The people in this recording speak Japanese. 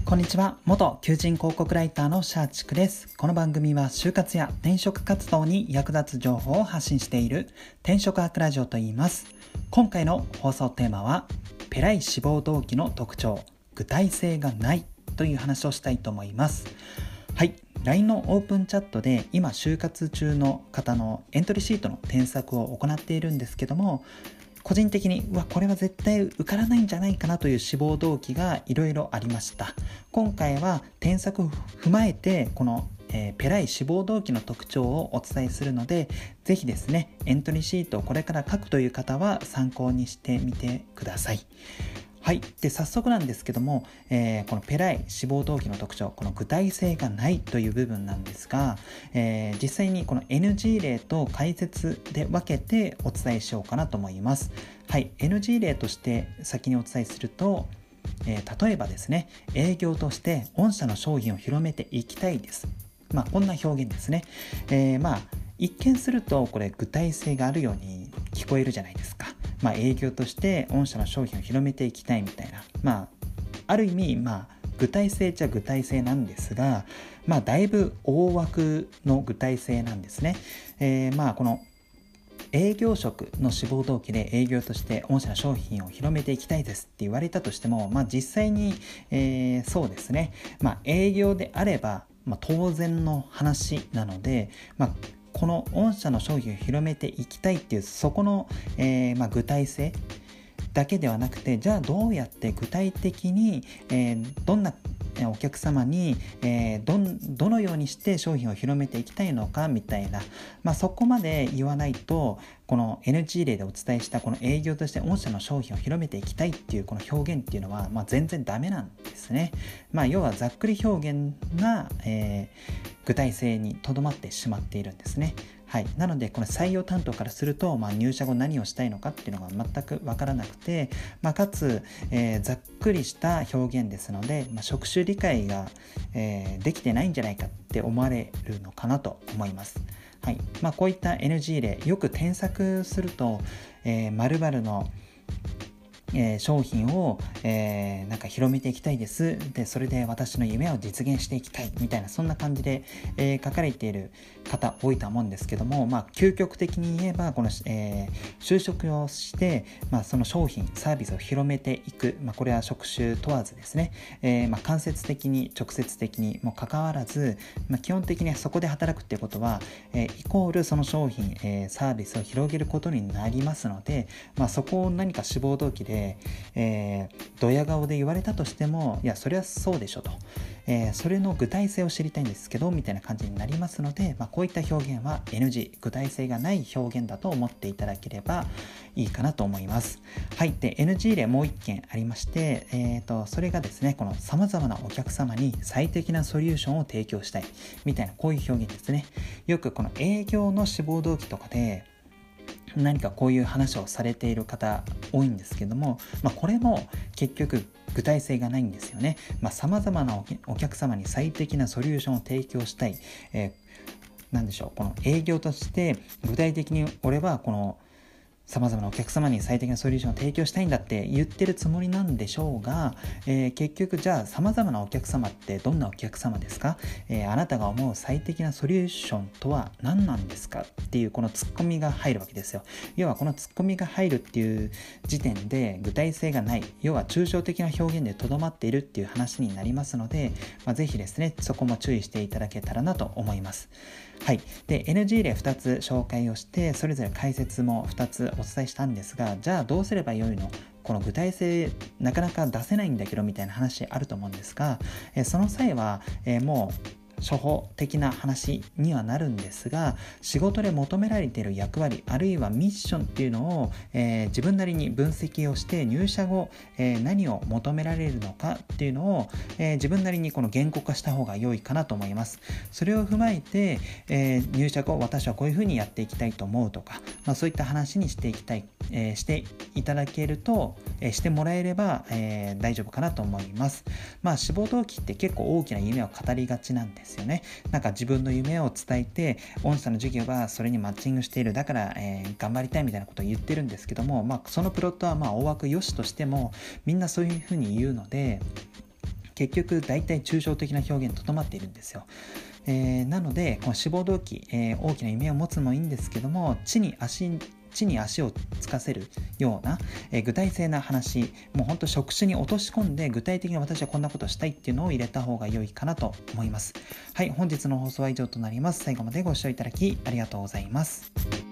こんにちは。元求人広告ライターのシャーチクです。この番組は就活や転職活動に役立つ情報を発信している転職アークラジオと言います。今回の放送テーマはペライ志望動機の特徴、具体性がないという話をしたいと思います。はい、LINE のオープンチャットで今就活中の方のエントリーシートの添削を行っているんですけども、個人的にこれは絶対受からないんじゃないかなという志望動機がいろいろありました。今回は添削を踏まえてこのペライ志望動機の特徴をお伝えするので、ぜひですねエントリーシートをこれから書くという方は参考にしてみてください。はい、で早速なんですけども、このペライ志望動機の特徴、この具体性がないという部分なんですが、実際にこの NG 例と解説で分けてお伝えしようかなと思います。はい、NG 例として先にお伝えすると、例えばですね、営業として御社の商品を広めていきたいです。こんな表現ですね。一見するとこれ具体性があるように聞こえるじゃないですか。営業として御社の商品を広めていきたいみたいな、ある意味具体性っちゃ具体性なんですが、だいぶ大枠の具体性なんですね。この営業職の志望動機で営業として御社の商品を広めていきたいですって言われたとしても、実際に、そうですね、営業であれば、当然の話なので、この御社の商品を広めていきたいっていうそこの、具体性だけではなくて、じゃあどうやって具体的に、どんなお客様に、どのようにして商品を広めていきたいのかみたいな、そこまで言わないと、この NG 例でお伝えしたこの営業として御社の商品を広めていきたいっていうこの表現っていうのは、全然ダメなんですね。要はざっくり表現が、具体性にとどまってしまっているんですね。はい、なのでこの採用担当からすると、入社後何をしたいのかっていうのが全く分からなくて、かつ、ざっくりした表現ですので、職種理解が、できてないんじゃないかって思われるのかなと思います。はい、こういった NG 例よく添削すると、〇〇の商品を、広めていきたいです。で、それで私の夢を実現していきたいみたいな、そんな感じで、書かれている方多いと思うんですけども、究極的に言えばこの、就職をして、その商品サービスを広めていく、これは職種問わずですね、間接的に直接的にも関わらず、基本的にそこで働くっていうことは、イコールその商品、サービスを広げることになりますので、そこを何か志望動機でドヤ顔で言われたとしても、いやそれはそうでしょと、それの具体性を知りたいんですけどみたいな感じになりますので、こういった表現は NG、 具体性がない表現だと思っていただければいいかなと思います。はい、で NG 例もう一件ありまして、それがですね、この様々なお客様に最適なソリューションを提供したいみたいな、こういう表現ですね。よくこの営業の志望動機とかで何かこういう話をされている方多いんですけども、これも結局具体性がないんですよね。様々なお客様に最適なソリューションを提供したい、なんでしょう、この営業として具体的に俺はこの様々なお客様に最適なソリューションを提供したいんだって言ってるつもりなんでしょうが、結局じゃあ様々なお客様ってどんなお客様ですか、あなたが思う最適なソリューションとは何なんですかっていうこのツッコミが入るわけですよ。要はこのツッコミが入るっていう時点で具体性がない、要は抽象的な表現でとどまっているっていう話になりますので、ぜひですねそこも注意していただけたらなと思います。はい、で NG 例2つ紹介をして、それぞれ解説も2つお伝えしたんですが、じゃあどうすればよいの、この具体性なかなか出せないんだけどみたいな話あると思うんですが、その際は、もう初歩的な話にはなるんですが、仕事で求められている役割あるいはミッションっていうのを、自分なりに分析をして入社後、何を求められるのかっていうのを、自分なりにこの言語化した方が良いかなと思います。それを踏まえて、入社後私はこういうふうにやっていきたいと思うとか、そういった話にしていきたい、していただけると、してもらえれば、大丈夫かなと思います。志望動機って結構大きな夢を語りがちなんですよね。自分の夢を伝えて、御社の授業はそれにマッチングしている、だから、頑張りたいみたいなことを言ってるんですけども、そのプロットは大枠良しとしてもみんなそういうふうに言うので、 結局大体抽象的な表現にとどまっているんですよ。なのでこの志望動機、大きな意味を持つのもいいんですけども、地に足をつかせるような、具体性な話、もう本当職種に落とし込んで具体的に私はこんなことしたいっていうのを入れた方が良いかなと思います。はい、本日の放送は以上となります。最後までご視聴いただきありがとうございます。